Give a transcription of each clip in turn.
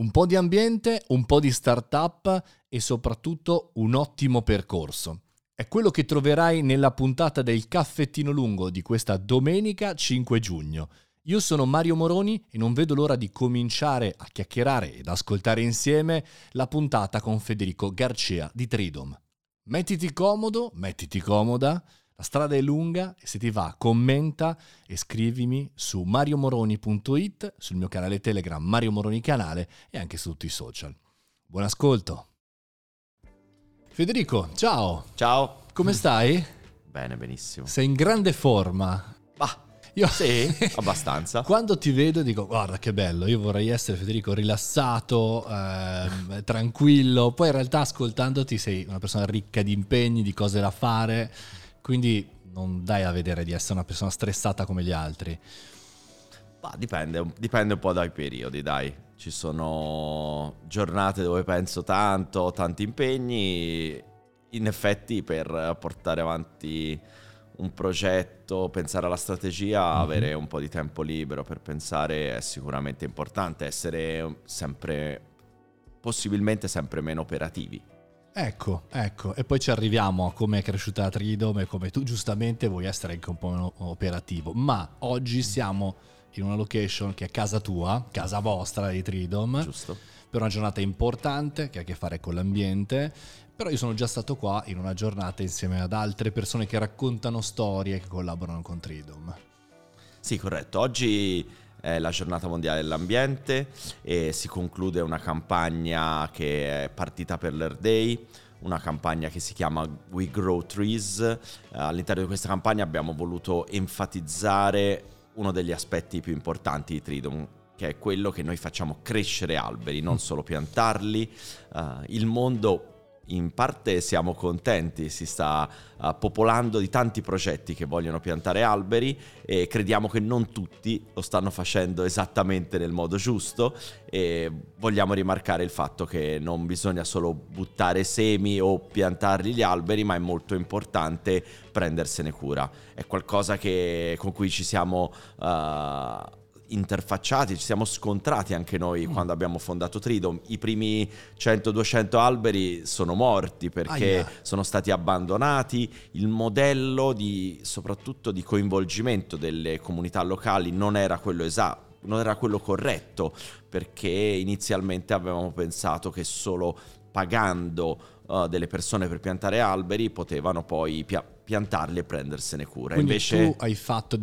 Un po' di ambiente, un po' di startup e soprattutto un ottimo percorso. È quello che troverai nella puntata del Caffettino Lungo di questa domenica 5 giugno. Io sono Mario Moroni e non vedo l'ora di cominciare a chiacchierare ed ascoltare insieme la puntata con Federico Garcia di Tridom. Mettiti comodo, mettiti comoda, la strada è lunga e se ti va commenta e scrivimi su mariomoroni.it, sul mio canale Telegram Mario Moroni Canale e anche su tutti i social. Buon ascolto! Federico, ciao! Ciao! Come stai? Bene, benissimo. Sei in grande forma. Io sì, abbastanza. Quando ti vedo dico guarda che bello, io vorrei essere Federico rilassato, tranquillo, poi in realtà ascoltandoti sei una persona ricca di impegni, di cose da fare, quindi non dai a vedere di essere una persona stressata come gli altri. Dipende un po' dai periodi, dai. Ci sono giornate dove penso tanti impegni, in effetti per portare avanti un progetto, pensare alla strategia, avere un po' di tempo libero per pensare è sicuramente importante, essere possibilmente sempre meno operativi. Ecco, e poi ci arriviamo a come è cresciuta la Tridom e come tu giustamente vuoi essere anche un po' meno operativo, ma oggi siamo in una location che è casa tua, casa vostra di Tridom, giusto, per una giornata importante che ha a che fare con l'ambiente. Però io sono già stato qua in una giornata insieme ad altre persone che raccontano storie, che collaborano con Tridom. Sì, corretto. Oggi è la giornata mondiale dell'ambiente e si conclude una campagna che è partita per l'Earth Day, una campagna che si chiama We Grow Trees. All'interno di questa campagna abbiamo voluto enfatizzare uno degli aspetti più importanti di Tridom, che è quello che noi facciamo crescere alberi, non solo piantarli. Il mondo, in parte siamo contenti, si sta popolando di tanti progetti che vogliono piantare alberi e crediamo che non tutti lo stanno facendo esattamente nel modo giusto e vogliamo rimarcare il fatto che non bisogna solo buttare semi o piantarli gli alberi, ma è molto importante prendersene cura. È qualcosa con cui ci siamo interfacciati, ci siamo scontrati anche noi quando abbiamo fondato Tridom. I primi 100-200 alberi sono morti perché sono stati abbandonati. Il modello soprattutto di coinvolgimento delle comunità locali non era quello esatto, non era quello corretto, perché inizialmente avevamo pensato che solo pagando delle persone per piantare alberi potevano poi piantarli e prendersene cura. Quindi invece tu hai fatto,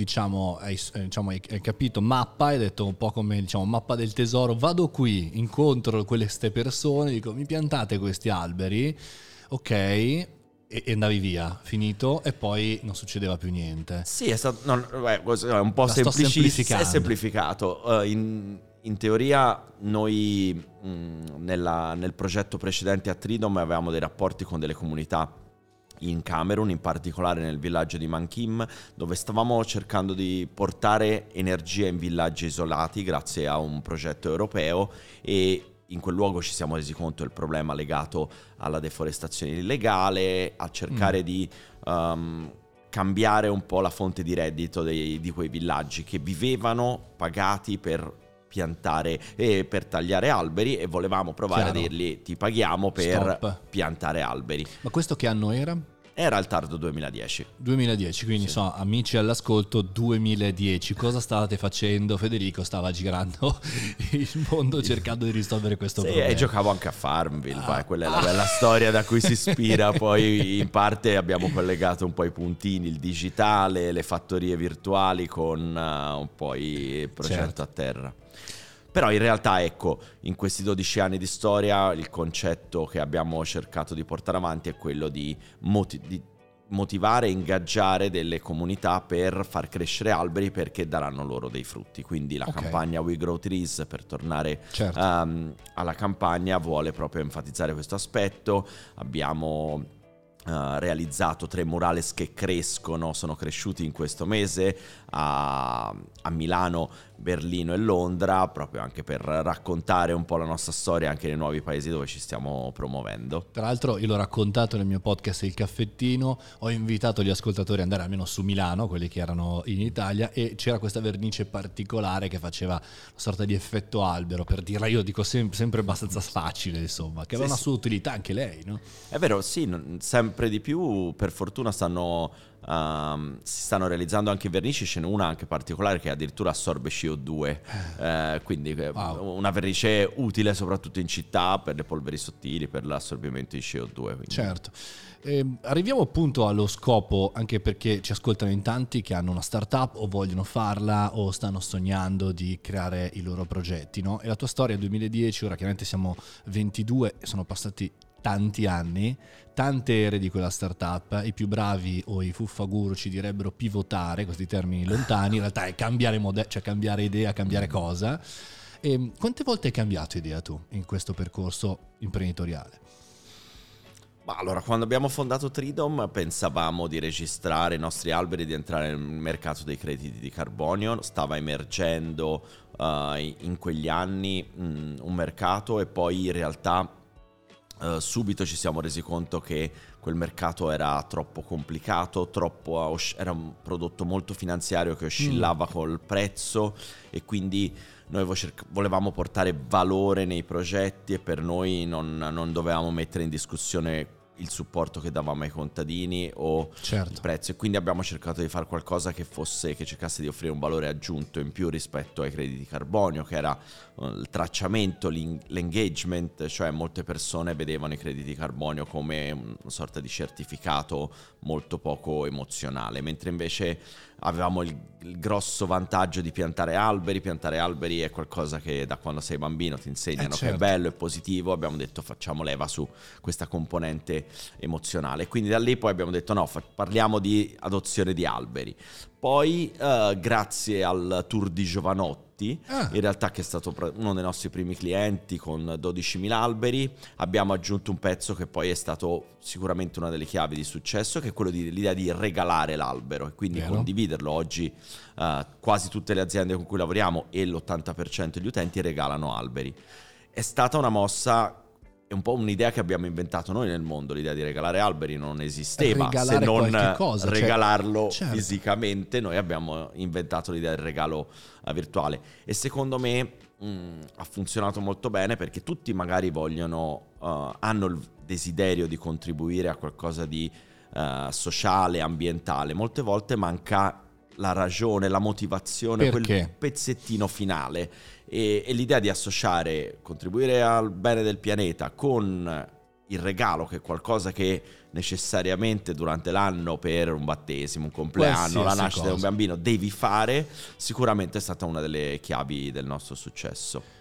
hai capito, mappa, hai detto un po' come mappa del tesoro, vado qui, incontro queste persone, dico mi piantate questi alberi, ok, e andavi via, finito, e poi non succedeva più niente. Sì, è stato è un po' semplificando. È semplificato. In teoria noi nel progetto precedente a Tridom avevamo dei rapporti con delle comunità in Camerun, in particolare nel villaggio di Mankim, dove stavamo cercando di portare energia in villaggi isolati grazie a un progetto europeo, e in quel luogo ci siamo resi conto del problema legato alla deforestazione illegale, a cercare di cambiare un po' la fonte di reddito di quei villaggi che vivevano pagati per piantare e per tagliare alberi, e volevamo provare a dirgli ti paghiamo per piantare alberi. Ma questo che anno era? Era il tardo 2010. 2010, quindi sì. Amici all'ascolto, 2010. Cosa stavate facendo? Federico stava girando il mondo cercando di risolvere questo problema. E giocavo anche a Farmville, quella è la bella storia da cui si ispira. Poi in parte abbiamo collegato un po' i puntini, il digitale, le fattorie virtuali con un po' il progetto a terra. Però in realtà, ecco, in questi 12 anni di storia il concetto che abbiamo cercato di portare avanti è quello di motivare e ingaggiare delle comunità per far crescere alberi, perché daranno loro dei frutti. Quindi la campagna We Grow Trees, per tornare alla campagna, vuole proprio enfatizzare questo aspetto. Abbiamo realizzato 3 murales che sono cresciuti in questo mese. A Milano Berlino e Londra, proprio anche per raccontare un po' la nostra storia anche nei nuovi paesi dove ci stiamo promuovendo. Tra l'altro io l'ho raccontato nel mio podcast Il Caffettino, ho invitato gli ascoltatori ad andare almeno su Milano, quelli che erano in Italia, e c'era questa vernice particolare che faceva una sorta di effetto albero, per dirla, io dico sempre abbastanza facile, insomma, che aveva una sua utilità anche lei, no? È vero, sì, sempre di più, per fortuna si stanno realizzando anche vernici, ce n'è una anche particolare che addirittura assorbe CO2, quindi una vernice utile soprattutto in città per le polveri sottili, per l'assorbimento di CO2. Quindi. Certo. Arriviamo appunto allo scopo, anche perché ci ascoltano in tanti che hanno una startup o vogliono farla o stanno sognando di creare i loro progetti, no? E la tua storia è 2010, ora chiaramente siamo 22 e sono passati tanti anni, tante ere di quella startup. I più bravi o i fuffaguru ci direbbero pivotare, questi termini lontani, in realtà è cambiare cioè cambiare idea, cambiare cosa. E quante volte hai cambiato idea tu in questo percorso imprenditoriale? Ma allora, quando abbiamo fondato Tridom pensavamo di registrare i nostri alberi, di entrare nel mercato dei crediti di carbonio. Stava emergendo in quegli anni un mercato, e poi in realtà subito ci siamo resi conto che quel mercato era troppo complicato, era un prodotto molto finanziario che oscillava col prezzo, e quindi noi volevamo portare valore nei progetti, e per noi non dovevamo mettere in discussione il supporto che davamo ai contadini o il prezzo, e quindi abbiamo cercato di fare qualcosa che cercasse di offrire un valore aggiunto in più rispetto ai crediti di carbonio, che era il tracciamento, l'engagement, cioè molte persone vedevano i crediti di carbonio come una sorta di certificato molto poco emozionale, mentre invece avevamo il grosso vantaggio di piantare alberi. Piantare alberi è qualcosa che da quando sei bambino ti insegnano che è bello, è positivo. Abbiamo detto facciamo leva su questa componente emozionale, quindi da lì poi abbiamo detto no, parliamo di adozione di alberi. Poi grazie al tour di Giovanotti, in realtà, che è stato uno dei nostri primi clienti con 12.000 alberi, abbiamo aggiunto un pezzo che poi è stato sicuramente una delle chiavi di successo, che è quello l'idea di regalare l'albero e quindi condividerlo. Oggi quasi tutte le aziende con cui lavoriamo e l'80% degli utenti regalano alberi. È stata una mossa, è un po' un'idea che abbiamo inventato noi nel mondo. L'idea di regalare alberi non esisteva, regalare se non cosa, regalarlo fisicamente. Noi abbiamo inventato l'idea del regalo virtuale, e secondo me ha funzionato molto bene, perché tutti magari hanno il desiderio di contribuire a qualcosa di sociale, ambientale. Molte volte manca la ragione, la motivazione, quel pezzettino finale, e l'idea di associare contribuire al bene del pianeta con il regalo, che è qualcosa che necessariamente durante l'anno, per un battesimo, un compleanno, la nascita di un bambino, devi fare, sicuramente è stata una delle chiavi del nostro successo.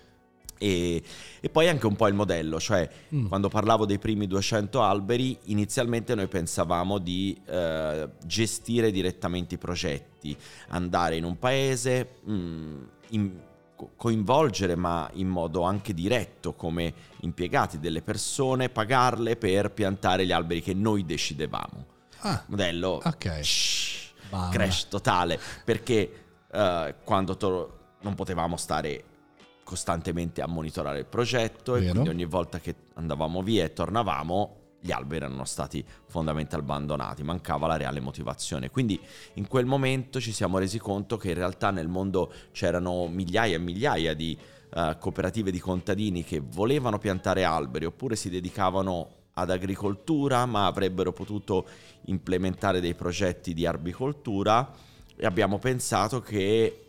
E poi anche un po' il modello, cioè quando parlavo dei primi 200 alberi, inizialmente noi pensavamo di gestire direttamente i progetti, andare in un paese, coinvolgere ma in modo anche diretto come impiegati delle persone, pagarle per piantare gli alberi che noi decidevamo. Modello crash totale, perché quando non potevamo stare costantemente a monitorare il progetto, e quindi ogni volta che andavamo via e tornavamo gli alberi erano stati fondamentalmente abbandonati, mancava la reale motivazione. Quindi in quel momento ci siamo resi conto che in realtà nel mondo c'erano migliaia e migliaia di cooperative di contadini che volevano piantare alberi, oppure si dedicavano ad agricoltura ma avrebbero potuto implementare dei progetti di arbicoltura, e abbiamo pensato che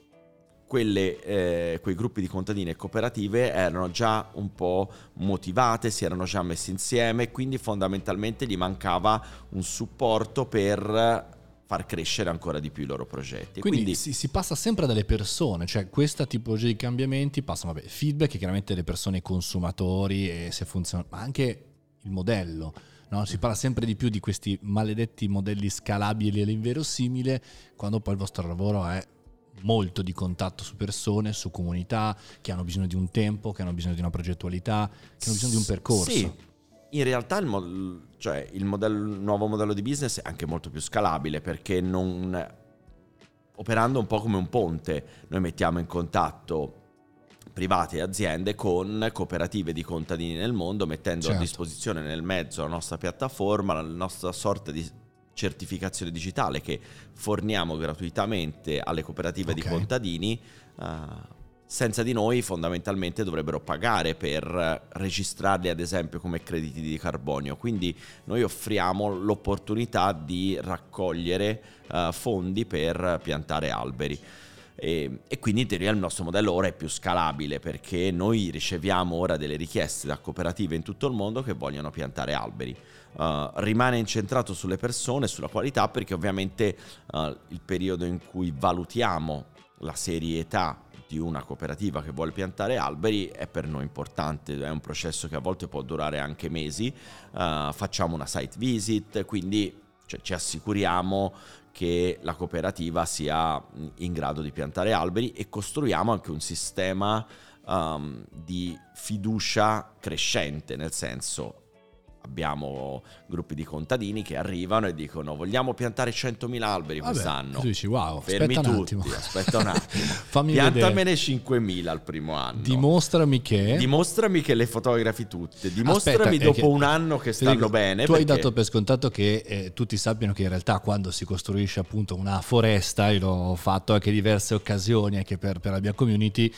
quei gruppi di contadini e cooperative erano già un po' motivate, si erano già messi insieme, quindi fondamentalmente gli mancava un supporto per far crescere ancora di più i loro progetti. Quindi si passa sempre dalle persone, cioè questa tipologia di cambiamenti passano, feedback chiaramente delle persone, consumatori, e se funziona, ma anche il modello. No, si parla sempre di più di questi maledetti modelli scalabili all'inverosimile, quando poi il vostro lavoro è molto di contatto su persone, su comunità che hanno bisogno di un tempo, che hanno bisogno di una progettualità, che hanno bisogno di un percorso. Sì, in realtà il nuovo modello di business è anche molto più scalabile, perché operando un po' come un ponte. Noi mettiamo in contatto privati e aziende con cooperative di contadini nel mondo, mettendo a disposizione nel mezzo la nostra piattaforma, la nostra sorta di certificazione digitale che forniamo gratuitamente alle cooperative di contadini. Senza di noi fondamentalmente dovrebbero pagare per registrarli ad esempio come crediti di carbonio, quindi noi offriamo l'opportunità di raccogliere fondi per piantare alberi. E quindi in teoria il nostro modello ora è più scalabile, perché noi riceviamo ora delle richieste da cooperative in tutto il mondo che vogliono piantare alberi. Rimane incentrato sulle persone, sulla qualità, perché ovviamente il periodo in cui valutiamo la serietà di una cooperativa che vuole piantare alberi è per noi importante. È un processo che a volte può durare anche mesi. Facciamo una site visit, quindi ci assicuriamo che la cooperativa sia in grado di piantare alberi, e costruiamo anche un sistema di fiducia crescente, nel senso, abbiamo gruppi di contadini che arrivano e dicono: vogliamo piantare 100.000 alberi quest'anno. Tu dici wow, fermi tutti, aspetta un attimo. Piantamene 5.000 al primo anno. Dimostrami che le fotografi tutte. Dimostrami dopo un anno che stanno bene. Tu hai dato per scontato che tutti sappiano che in realtà quando si costruisce appunto una foresta, io l'ho fatto anche in diverse occasioni anche per la mia community,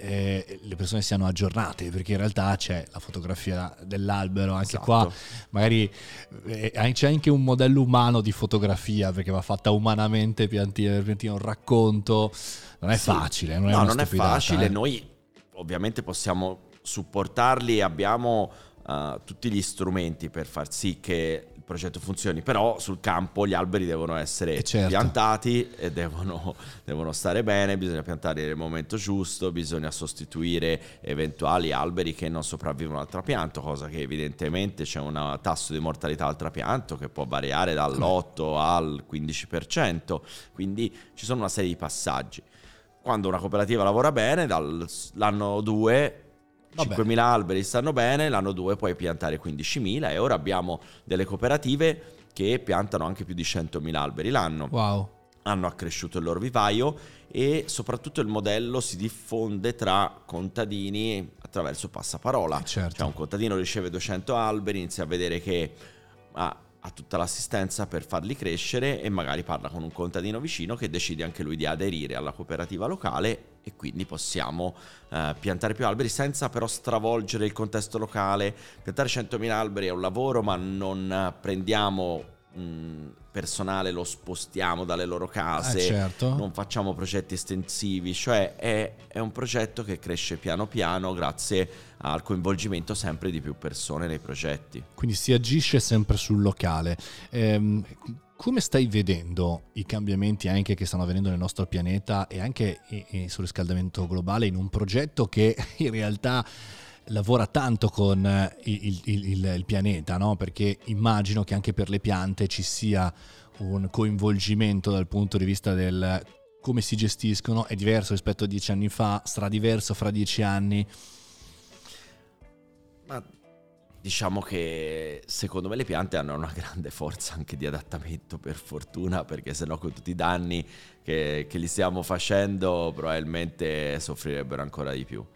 le persone siano aggiornate, perché in realtà c'è la fotografia dell'albero anche qua, magari c'è anche un modello umano di fotografia, perché va fatta umanamente, piantino un racconto, non è facile, non è facile. Noi ovviamente possiamo supportarli, abbiamo tutti gli strumenti per far sì che il progetto funzioni, però sul campo gli alberi devono essere piantati e devono stare bene, bisogna piantare nel momento giusto, bisogna sostituire eventuali alberi che non sopravvivono al trapianto, cosa che evidentemente c'è un tasso di mortalità al trapianto che può variare dall'8 al 15%, quindi ci sono una serie di passaggi. Quando una cooperativa lavora bene, dall'anno 2 5.000 alberi stanno bene, l'anno 2 puoi piantare 15.000, e ora abbiamo delle cooperative che piantano anche più di 100.000 alberi l'anno. Wow. Hanno accresciuto il loro vivaio, e soprattutto il modello si diffonde tra contadini attraverso passaparola. Cioè un contadino riceve 200 alberi, inizia a vedere che ha tutta l'assistenza per farli crescere, e magari parla con un contadino vicino che decide anche lui di aderire alla cooperativa locale, e quindi possiamo piantare più alberi senza però stravolgere il contesto locale. Piantare 100.000 alberi è un lavoro, ma non prendiamo personale, lo spostiamo dalle loro case, non facciamo progetti estensivi, cioè è un progetto che cresce piano piano grazie al coinvolgimento sempre di più persone nei progetti. Quindi si agisce sempre sul locale. Come stai vedendo i cambiamenti anche che stanno avvenendo nel nostro pianeta, e anche sul riscaldamento globale, in un progetto che in realtà lavora tanto con il pianeta, no? Perché immagino che anche per le piante ci sia un coinvolgimento dal punto di vista del come si gestiscono. È diverso rispetto a 10 anni fa, sarà diverso fra 10 anni. Ma diciamo che secondo me le piante hanno una grande forza anche di adattamento, per fortuna, perché sennò con tutti i danni che li stiamo facendo probabilmente soffrirebbero ancora di più.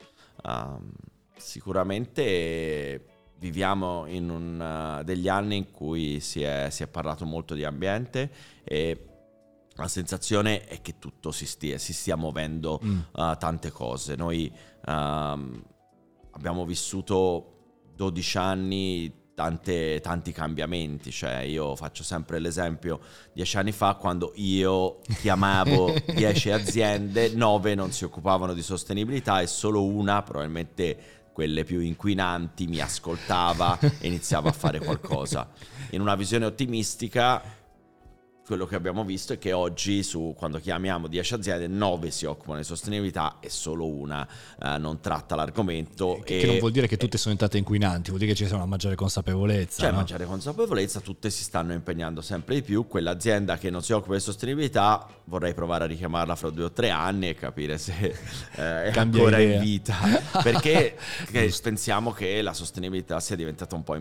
Sicuramente viviamo in degli anni in cui si è parlato molto di ambiente, e la sensazione è che tutto si stia muovendo, tante cose. Noi abbiamo vissuto 12 anni, tanti cambiamenti. Cioè, io faccio sempre l'esempio: 10 anni fa, quando io chiamavo 10 aziende, 9 non si occupavano di sostenibilità, e solo una, probabilmente quelle più inquinanti, mi ascoltava e iniziava a fare qualcosa. In una visione ottimistica, quello che abbiamo visto è che oggi, quando chiamiamo 10 aziende, 9 si occupano di sostenibilità e solo una non tratta l'argomento. Che non vuol dire che tutte sono diventate inquinanti, vuol dire che c'è una maggiore consapevolezza. C'è maggiore consapevolezza, tutte si stanno impegnando sempre di più. Quell'azienda che non si occupa di sostenibilità, vorrei provare a richiamarla fra 2 o 3 anni e capire se è ancora in vita. Perché pensiamo che la sostenibilità sia diventata un po'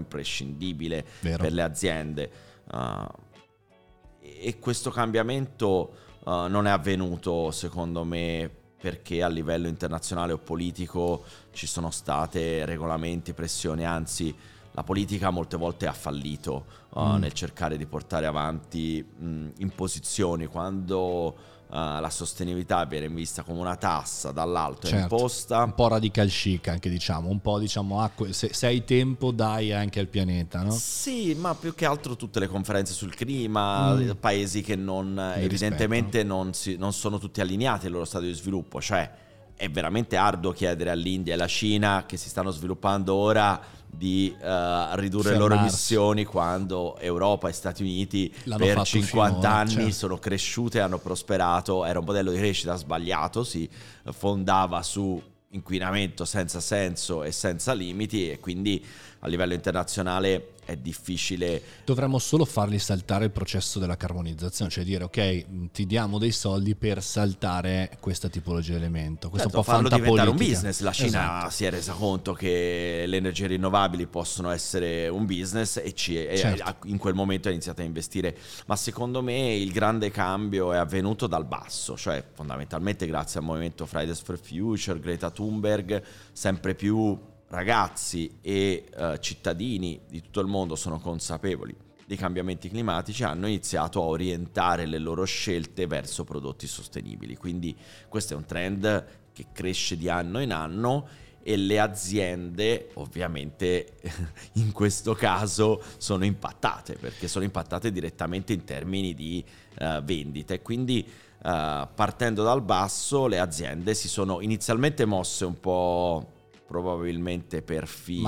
imprescindibile per le aziende. E questo cambiamento non è avvenuto, secondo me, perché a livello internazionale o politico ci sono state regolamenti, pressioni, anzi la politica molte volte ha fallito nel cercare di portare avanti imposizioni, quando la sostenibilità viene vista come una tassa dall'alto, certo, imposta. Un po' radical chic anche, diciamo, un po' diciamo se hai tempo dai anche al pianeta, no? Sì, ma più che altro tutte le conferenze sul clima, paesi che evidentemente non sono tutti allineati al loro stadio di sviluppo, cioè è veramente arduo chiedere all'India e alla Cina, che si stanno sviluppando ora, di ridurre le loro emissioni, quando Europa e Stati Uniti per 50 anni certo. sono cresciute e hanno prosperato. Era un modello di crescita sbagliato, si fondava su inquinamento senza senso e senza limiti, e quindi a livello internazionale è difficile. Dovremmo solo farli saltare il processo della carbonizzazione, cioè dire ok, ti diamo dei soldi per saltare questa tipologia di elemento. Questo certo, un po' farlo diventare un business. La Cina esatto. si è resa conto che le energie rinnovabili possono essere un business e certo. in quel momento ha iniziato a investire. Ma secondo me il grande cambio è avvenuto dal basso, cioè fondamentalmente grazie al movimento Fridays for Future, Greta Thunberg. Sempre più ragazzi e cittadini di tutto il mondo sono consapevoli dei cambiamenti climatici, hanno iniziato a orientare le loro scelte verso prodotti sostenibili. Quindi questo è un trend che cresce di anno in anno, e le aziende ovviamente in questo caso sono impattate, perché sono impattate direttamente in termini di vendite. Quindi partendo dal basso, le aziende si sono inizialmente mosse un po' probabilmente per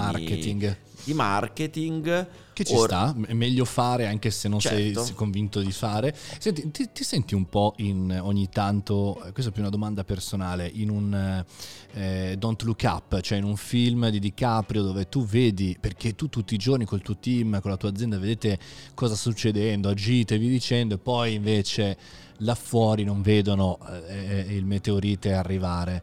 fini di marketing, che ci sta, è meglio fare anche se non certo. sei convinto di fare. Senti, ti senti un po' ogni tanto, questa è più una domanda personale, in un Don't Look Up, cioè in un film di DiCaprio dove tu vedi, perché tu tutti i giorni col tuo team, con la tua azienda vedete cosa sta succedendo, agite e vi dicendo, e poi invece là fuori non vedono il meteorite arrivare.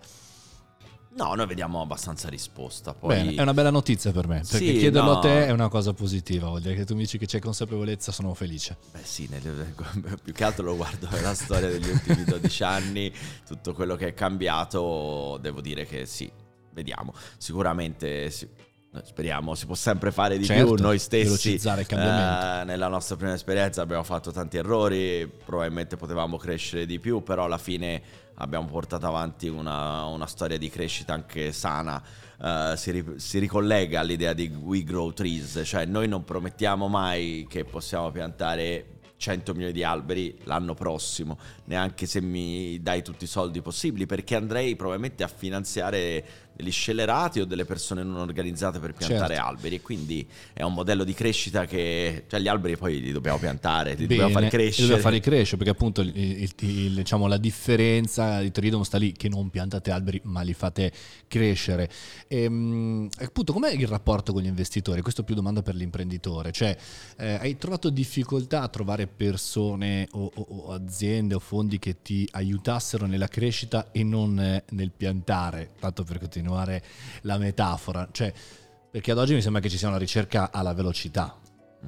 No, noi vediamo abbastanza risposta. Poi... Bene, è una bella notizia per me, perché sì, chiederlo no. a te è una cosa positiva, vuol dire che tu mi dici che c'è consapevolezza, sono felice. Beh sì, più che altro lo guardo nella storia degli ultimi 12 anni, tutto quello che è cambiato, devo dire che sì, vediamo. Sicuramente sì. Speriamo, si può sempre fare di certo, più. Noi stessi velocizzare il cambiamento. Nella nostra prima esperienza abbiamo fatto tanti errori, probabilmente potevamo crescere di più, però alla fine abbiamo portato avanti una storia di crescita anche sana. Si ricollega all'idea di We Grow Trees, cioè noi non promettiamo mai che possiamo piantare 100 milioni di alberi l'anno prossimo, neanche se mi dai tutti i soldi possibili, perché andrei probabilmente a finanziare degli scellerati o delle persone non organizzate per piantare certo. alberi, e quindi è un modello di crescita che, cioè gli alberi poi li dobbiamo piantare, li Bene, dobbiamo far crescere. Dobbiamo farli crescere, perché appunto diciamo, la differenza di Tridom sta lì, che non piantate alberi ma li fate crescere. Appunto, com'è il rapporto con gli investitori? Questo è più domanda per l'imprenditore, cioè hai trovato difficoltà a trovare persone o aziende o fondi che ti aiutassero nella crescita e non nel piantare, tanto per continuare la metafora, cioè perché ad oggi mi sembra che ci sia una ricerca alla velocità.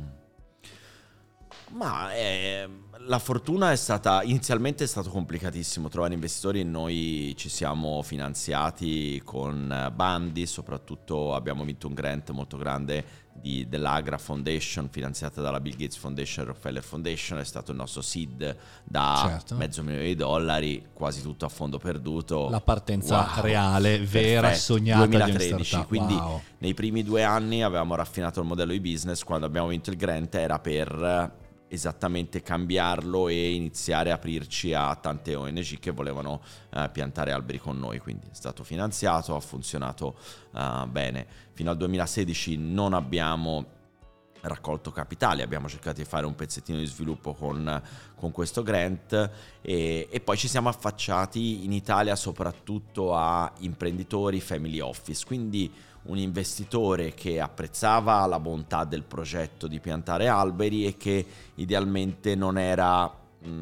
Ma la fortuna inizialmente è stato complicatissimo trovare investitori, e noi ci siamo finanziati con bandi, soprattutto abbiamo vinto un grant molto grande dell'Agra Foundation, finanziata dalla Bill Gates Foundation e Rockefeller Foundation. È stato il nostro seed da $500,000, quasi tutto a fondo perduto. La partenza reale, vera, perfetto. sognata 2013, quindi wow. Nei primi 2 anni avevamo raffinato il modello di business. Quando abbiamo vinto il grant era per esattamente cambiarlo e iniziare a aprirci a tante ONG che volevano piantare alberi con noi, quindi è stato finanziato, ha funzionato bene. Fino al 2016 non abbiamo raccolto capitali, abbiamo cercato di fare un pezzettino di sviluppo con questo grant, e poi ci siamo affacciati in Italia soprattutto a imprenditori family office, quindi un investitore che apprezzava la bontà del progetto di piantare alberi e che idealmente non era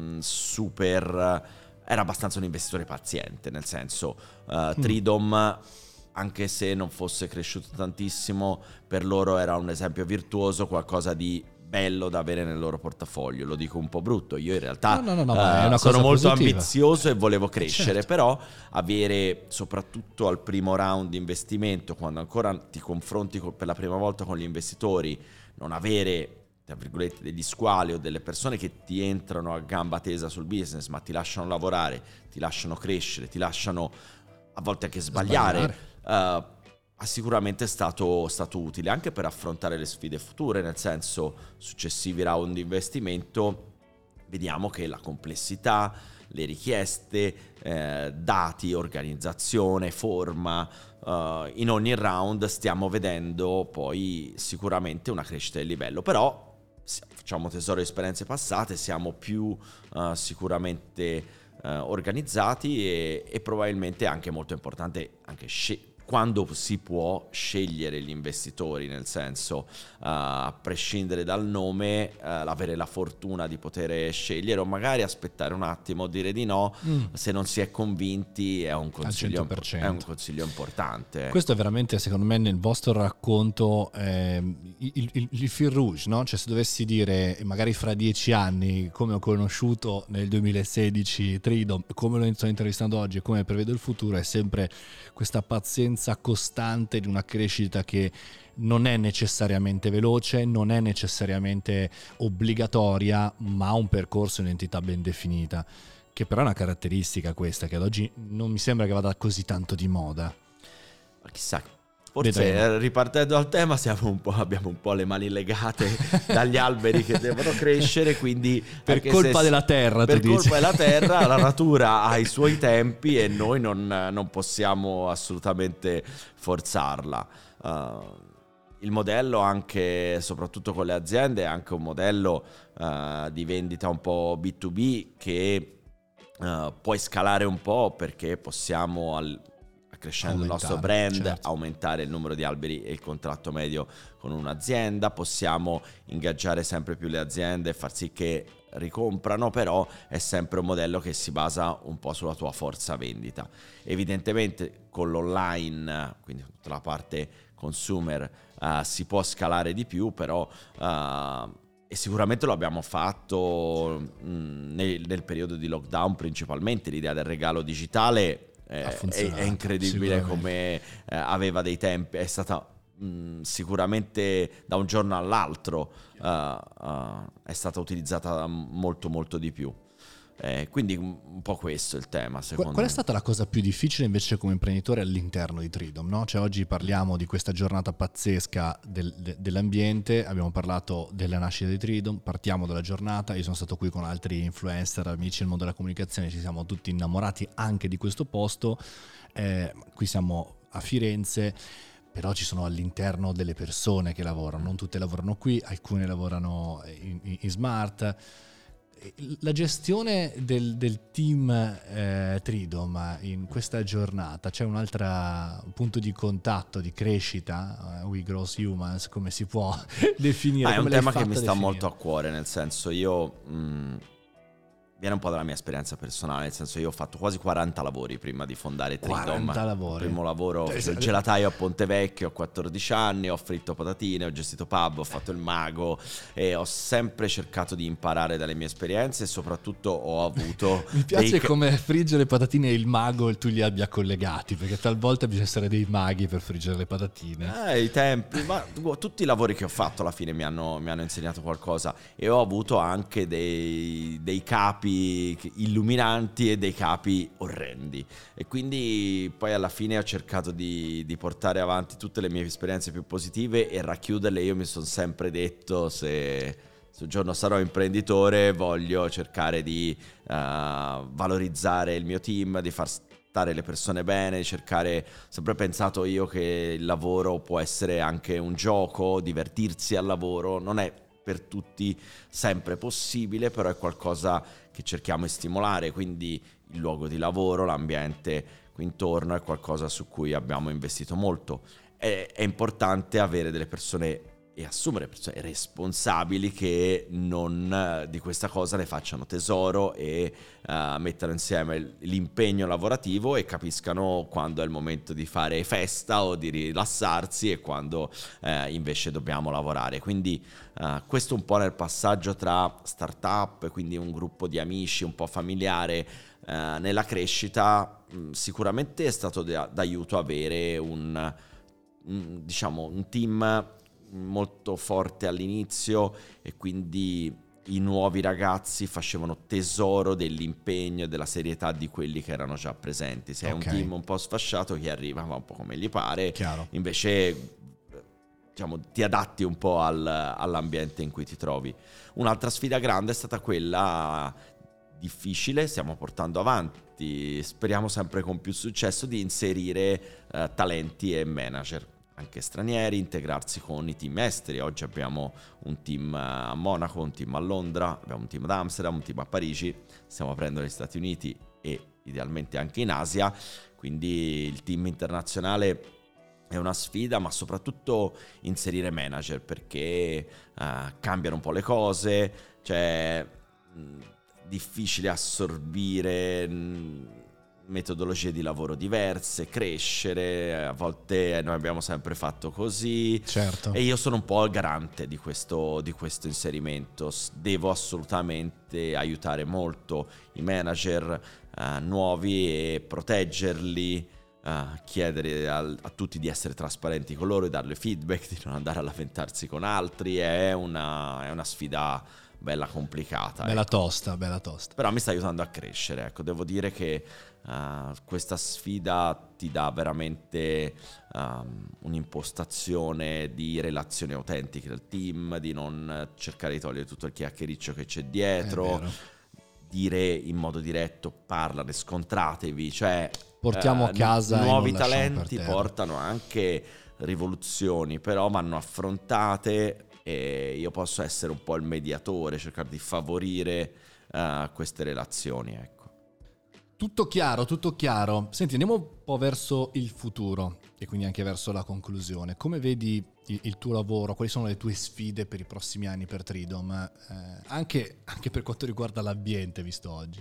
era abbastanza un investitore paziente, nel senso Tridom, anche se non fosse cresciuto tantissimo, per loro era un esempio virtuoso, qualcosa di bello da avere nel loro portafoglio. Lo dico un po' brutto, io in realtà no, ma è una sono cosa molto positiva. ambizioso e volevo crescere, Certo. però avere, soprattutto al primo round di investimento, quando ancora ti confronti per la prima volta con gli investitori, non avere, tra virgolette, degli squali o delle persone che ti entrano a gamba tesa sul business, ma ti lasciano lavorare, ti lasciano crescere, ti lasciano a volte anche sbagliare. Ha sicuramente stato utile anche per affrontare le sfide future, nel senso, successivi round di investimento vediamo che la complessità, le richieste, dati, organizzazione, forma, in ogni round stiamo vedendo poi sicuramente una crescita del livello, però facciamo tesoro di esperienze passate, siamo più sicuramente organizzati e probabilmente anche molto importante anche quando si può scegliere gli investitori, nel senso, a prescindere dal nome, avere la fortuna di poter scegliere o magari aspettare un attimo, dire di no, se non si è convinti è un consiglio, è un consiglio importante. Questo è veramente, secondo me, nel vostro racconto il fil rouge, no? Cioè, se dovessi dire magari fra 10 anni come ho conosciuto nel 2016 Tridom, come lo sto intervistando oggi e come prevedo il futuro, è sempre questa pazienza costante di una crescita che non è necessariamente veloce, non è necessariamente obbligatoria, ma ha un percorso e un'entità ben definita, che però è una caratteristica questa che ad oggi non mi sembra che vada così tanto di moda. Ma chissà, forse ripartendo dal tema abbiamo un po' le mani legate dagli alberi che devono crescere, quindi per colpa della terra, per colpa della terra la natura ha i suoi tempi e noi non possiamo assolutamente forzarla. Il modello, anche soprattutto con le aziende, è anche un modello di vendita un po' B2B che puoi scalare un po' perché possiamo crescendo il nostro brand, certo, aumentare il numero di alberi e il contratto medio con un'azienda, possiamo ingaggiare sempre più le aziende e far sì che ricomprano, però è sempre un modello che si basa un po' sulla tua forza vendita. Evidentemente con l'online, quindi tutta la parte consumer, si può scalare di più, però e sicuramente lo abbiamo fatto nel periodo di lockdown, principalmente l'idea del regalo digitale è incredibile come aveva dei tempi, è stata sicuramente da un giorno all'altro è stata utilizzata molto molto di più, quindi un po' questo è il tema, secondo me. Qual è stata la cosa più difficile invece come imprenditore all'interno di Tridom, no? Cioè, oggi parliamo di questa giornata pazzesca dell'ambiente, abbiamo parlato della nascita di Tridom, partiamo dalla giornata, io sono stato qui con altri influencer, amici del mondo della comunicazione, ci siamo tutti innamorati anche di questo posto, qui siamo a Firenze, però ci sono all'interno delle persone che lavorano, non tutte lavorano qui, alcune lavorano in smart. La gestione del team Tridom in questa giornata, c'è un altro punto di contatto, di crescita, We Grow Humans, come si può definire? È un tema che mi sta molto a cuore, nel senso io viene un po' dalla mia esperienza personale, nel senso io ho fatto quasi 40 lavori prima di fondare Tridom. 40 lavori? Il primo lavoro, il gelataio a Ponte Vecchio, ho 14 anni, ho fritto patatine, ho gestito pub, ho fatto il mago e ho sempre cercato di imparare dalle mie esperienze e soprattutto ho avuto mi piace come friggere le patatine e il mago tu li abbia collegati, perché talvolta bisogna essere dei maghi per friggere le patatine. I tempi, ma tutti i lavori che ho fatto alla fine mi hanno insegnato qualcosa e ho avuto anche dei capi illuminanti e dei capi orrendi, e quindi poi alla fine ho cercato di portare avanti tutte le mie esperienze più positive e racchiuderle. Io mi sono sempre detto, se un giorno sarò imprenditore voglio cercare di valorizzare il mio team, di far stare le persone bene, cercare, sempre pensato io che il lavoro può essere anche un gioco, divertirsi al lavoro, non è per tutti sempre possibile, però è qualcosa che cerchiamo di stimolare, quindi il luogo di lavoro, l'ambiente qui intorno è qualcosa su cui abbiamo investito molto. È importante avere delle persone e assumere persone responsabili che non di questa cosa ne facciano tesoro e mettano insieme l'impegno lavorativo e capiscano quando è il momento di fare festa o di rilassarsi e quando invece dobbiamo lavorare. Quindi questo un po' nel passaggio tra startup, quindi un gruppo di amici un po' familiare, nella crescita sicuramente è stato d'aiuto avere un team molto forte all'inizio, e quindi i nuovi ragazzi facevano tesoro dell'impegno e della serietà di quelli che erano già presenti. Se è un team un po' sfasciato, chi arriva va un po' come gli pare. Chiaro. Invece ti adatti un po' all'ambiente in cui ti trovi. Un'altra sfida grande è stata quella difficile, stiamo portando avanti, speriamo sempre con più successo, di inserire talenti e manager anche stranieri, integrarsi con i team esteri. Oggi abbiamo un team a Monaco, un team a Londra, abbiamo un team ad Amsterdam, un team a Parigi, stiamo aprendo negli Stati Uniti e idealmente anche in Asia, quindi il team internazionale è una sfida, ma soprattutto inserire manager, perché cambiano un po' le cose, cioè difficile assorbire metodologie di lavoro diverse, crescere, a volte noi abbiamo sempre fatto così. Certo. E io sono un po' il garante di questo inserimento. Devo assolutamente aiutare molto i manager nuovi e proteggerli, chiedere a tutti di essere trasparenti con loro e darle feedback, di non andare a lamentarsi con altri. È una sfida bella complicata, bella ecco. tosta. Però mi sta aiutando a crescere, ecco. Devo dire che questa sfida ti dà veramente un'impostazione di relazioni autentiche del team, di non cercare di togliere tutto il chiacchiericcio che c'è dietro, dire in modo diretto: parlane, scontratevi, cioè portiamo a casa nuovi talenti portano anche rivoluzioni, però vanno affrontate, e io posso essere un po' il mediatore, cercare di favorire queste relazioni, ecco. Tutto chiaro. Senti, andiamo un po' verso il futuro e quindi anche verso la conclusione. Come vedi il tuo lavoro? Quali sono le tue sfide per i prossimi anni per Tridom? Anche per quanto riguarda l'ambiente, visto oggi.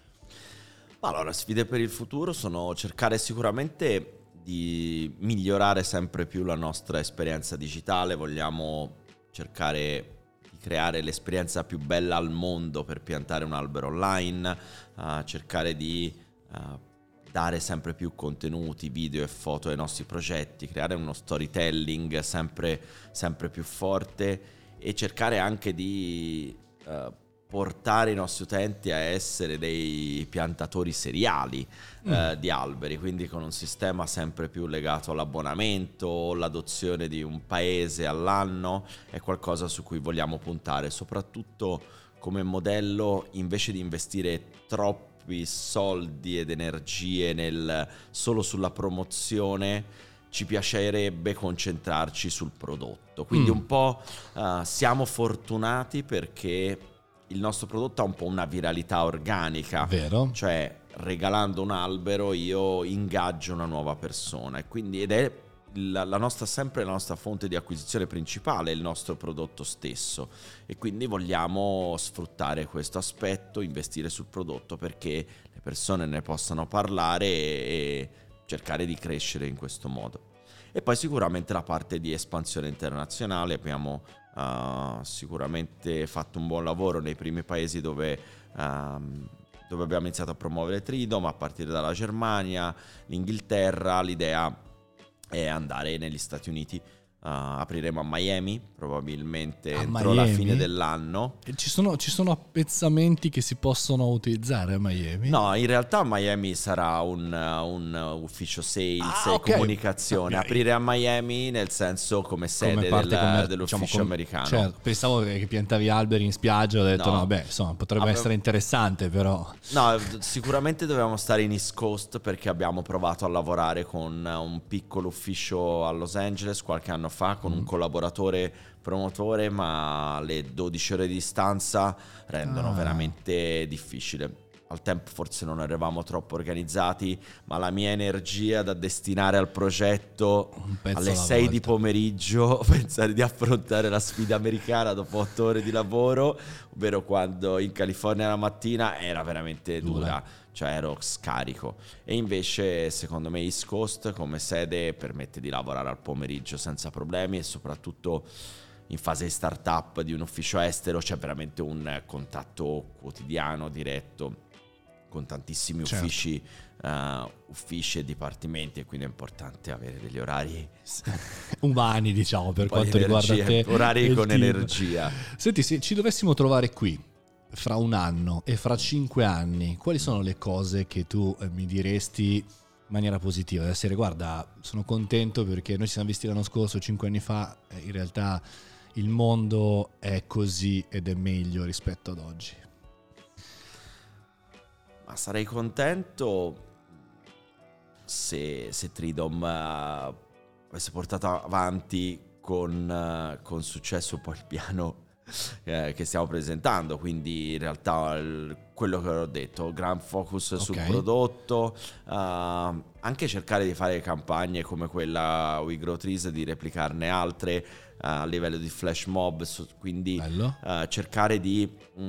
Allora, sfide per il futuro sono cercare sicuramente di migliorare sempre più la nostra esperienza digitale. Vogliamo cercare di creare l'esperienza più bella al mondo per piantare un albero online, cercare di dare sempre più contenuti, video e foto ai nostri progetti, creare uno storytelling sempre più forte, e cercare anche di portare i nostri utenti a essere dei piantatori seriali di alberi, quindi con un sistema sempre più legato all'abbonamento. L'adozione di un paese all'anno è qualcosa su cui vogliamo puntare, soprattutto come modello. Invece di investire troppi soldi ed energie solo sulla promozione, ci piacerebbe concentrarci sul prodotto. Quindi un po' siamo fortunati perché il nostro prodotto ha un po' una viralità organica. Vero? Cioè, regalando un albero io ingaggio una nuova persona, e quindi ed è sempre la nostra fonte di acquisizione principale, il nostro prodotto stesso, e quindi vogliamo sfruttare questo aspetto, investire sul prodotto perché le persone ne possano parlare e cercare di crescere in questo modo. E poi sicuramente la parte di espansione internazionale. Abbiamo sicuramente fatto un buon lavoro nei primi paesi dove abbiamo iniziato a promuovere Tridom, a partire dalla Germania, l'Inghilterra. L'idea è andare negli Stati Uniti. Apriremo a Miami probabilmente entro la fine dell'anno. E ci sono appezzamenti che si possono utilizzare a Miami? No, in realtà Miami sarà un ufficio sales e comunicazione. Aprire a Miami nel senso come sede dell'ufficio americano. Certo, pensavo che piantavi alberi in spiaggia, ho detto no, insomma, potrebbe essere interessante, però. No, sicuramente dovevamo stare in East Coast, perché abbiamo provato a lavorare con un piccolo ufficio a Los Angeles qualche anno fa con un collaboratore promotore, ma le 12 ore di distanza rendono veramente difficile. al tempo forse non eravamo troppo organizzati, ma la mia energia da destinare al progetto alle 6 di pomeriggio, pensare di affrontare la sfida americana dopo 8 ore di lavoro, ovvero quando in California la mattina, era veramente dura, cioè ero scarico. E invece secondo me East Coast come sede permette di lavorare al pomeriggio senza problemi, e soprattutto in fase di startup di un ufficio estero c'è veramente un contatto quotidiano, diretto, con tantissimi uffici e dipartimenti, e quindi è importante avere degli orari umani, diciamo, per quanto riguarda te, orari con energia. Senti, se ci dovessimo trovare qui fra un anno e fra 5 anni, quali sono le cose che tu mi diresti in maniera positiva? Da essere, guarda, sono contento perché noi ci siamo visti l'anno scorso, 5 anni fa, in realtà il mondo è così ed è meglio rispetto ad oggi. Ma sarei contento se Tridom avesse portato avanti con successo poi il piano che stiamo presentando, quindi in realtà quello che ho detto, gran focus sul prodotto, anche cercare di fare campagne come quella We Grow Trees, di replicarne altre a livello di flash mob, quindi cercare di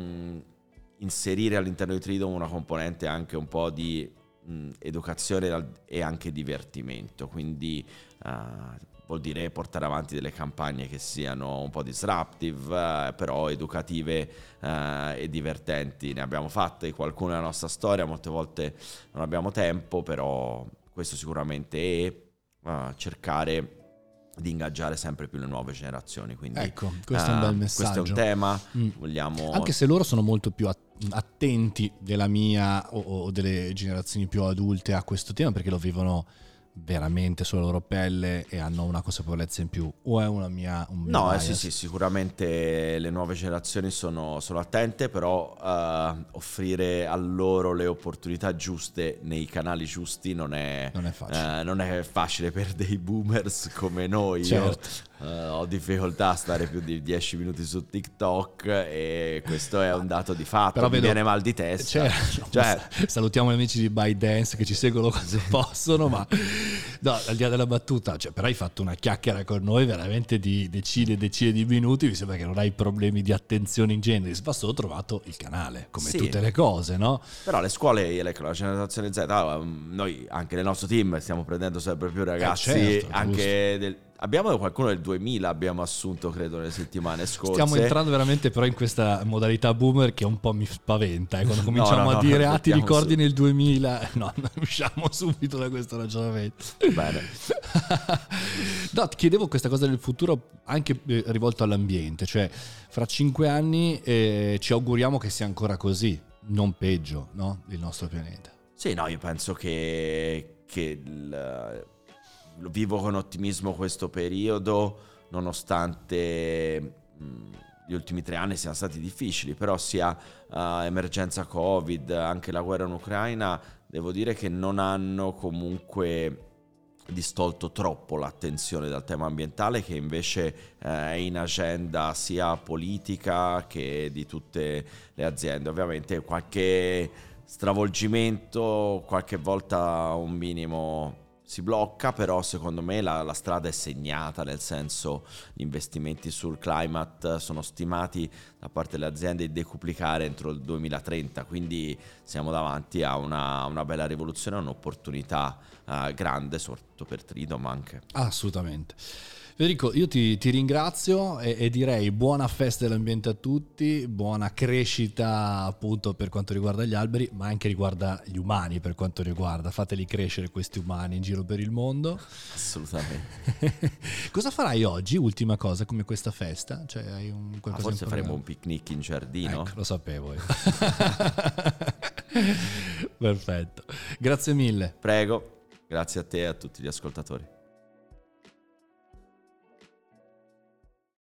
inserire all'interno di Tridom una componente anche un po' di educazione e anche divertimento, quindi vuol dire portare avanti delle campagne che siano un po' disruptive, però educative e divertenti. Ne abbiamo fatte qualcuna nella nostra storia, molte volte non abbiamo tempo, però questo sicuramente è cercare di ingaggiare sempre più le nuove generazioni, quindi ecco, questo è un bel messaggio, questo è un tema. Vogliamo, anche se loro sono molto più attenti della mia o delle generazioni più adulte a questo tema, perché lo vivono veramente sulla loro pelle e hanno una consapevolezza in più, o è un mio bias? Sì, sicuramente le nuove generazioni sono attente, però offrire a loro le opportunità giuste nei canali giusti non è facile per dei boomers come noi. Certo. Ho difficoltà a stare più di 10 minuti su TikTok, e questo è un dato di fatto. Però mi viene mal di testa. Salutiamo gli amici di ByteDance che ci seguono quando possono, ma no, al di là della battuta, però hai fatto una chiacchiera con noi veramente di decine e decine di minuti. Mi sembra che non hai problemi di attenzione in genere, va solo trovato il canale, come tutte le cose, no? Però le scuole, la generazione Z, noi anche nel nostro team stiamo prendendo sempre più ragazzi, anche abbiamo qualcuno del 2000, abbiamo assunto credo nelle settimane scorse. Stiamo entrando veramente però in questa modalità boomer che un po' mi spaventa, quando cominciamo a dire ti ricordi nel 2000, no, usciamo subito da questo ragionamento. Bene. No, ti chiedevo questa cosa del futuro anche rivolto all'ambiente, cioè fra 5 anni ci auguriamo che sia ancora così, non peggio, no? Il nostro pianeta. Sì, no, io penso che lo vivo con ottimismo questo periodo, nonostante gli ultimi 3 anni siano stati difficili, però sia emergenza Covid, anche la guerra in Ucraina, devo dire che non hanno comunque distolto troppo l'attenzione dal tema ambientale, che invece è in agenda sia politica che di tutte le aziende. Ovviamente qualche stravolgimento, qualche volta un minimo si blocca, però secondo me la strada è segnata, nel senso gli investimenti sul climate sono stimati da parte delle aziende di decuplicare entro il 2030, quindi siamo davanti a una bella rivoluzione, un'opportunità grande, soprattutto per Tridom anche. Assolutamente. Federico, io ti ringrazio e direi buona festa dell'ambiente a tutti, buona crescita appunto per quanto riguarda gli alberi, ma anche riguarda gli umani, per quanto riguarda, fateli crescere questi umani in giro per il mondo. Assolutamente. Cosa farai oggi, ultima cosa, come questa festa? Cioè, hai forse faremo un picnic in giardino? Ecco, lo sapevo io. Perfetto, grazie mille. Prego, grazie a te e a tutti gli ascoltatori.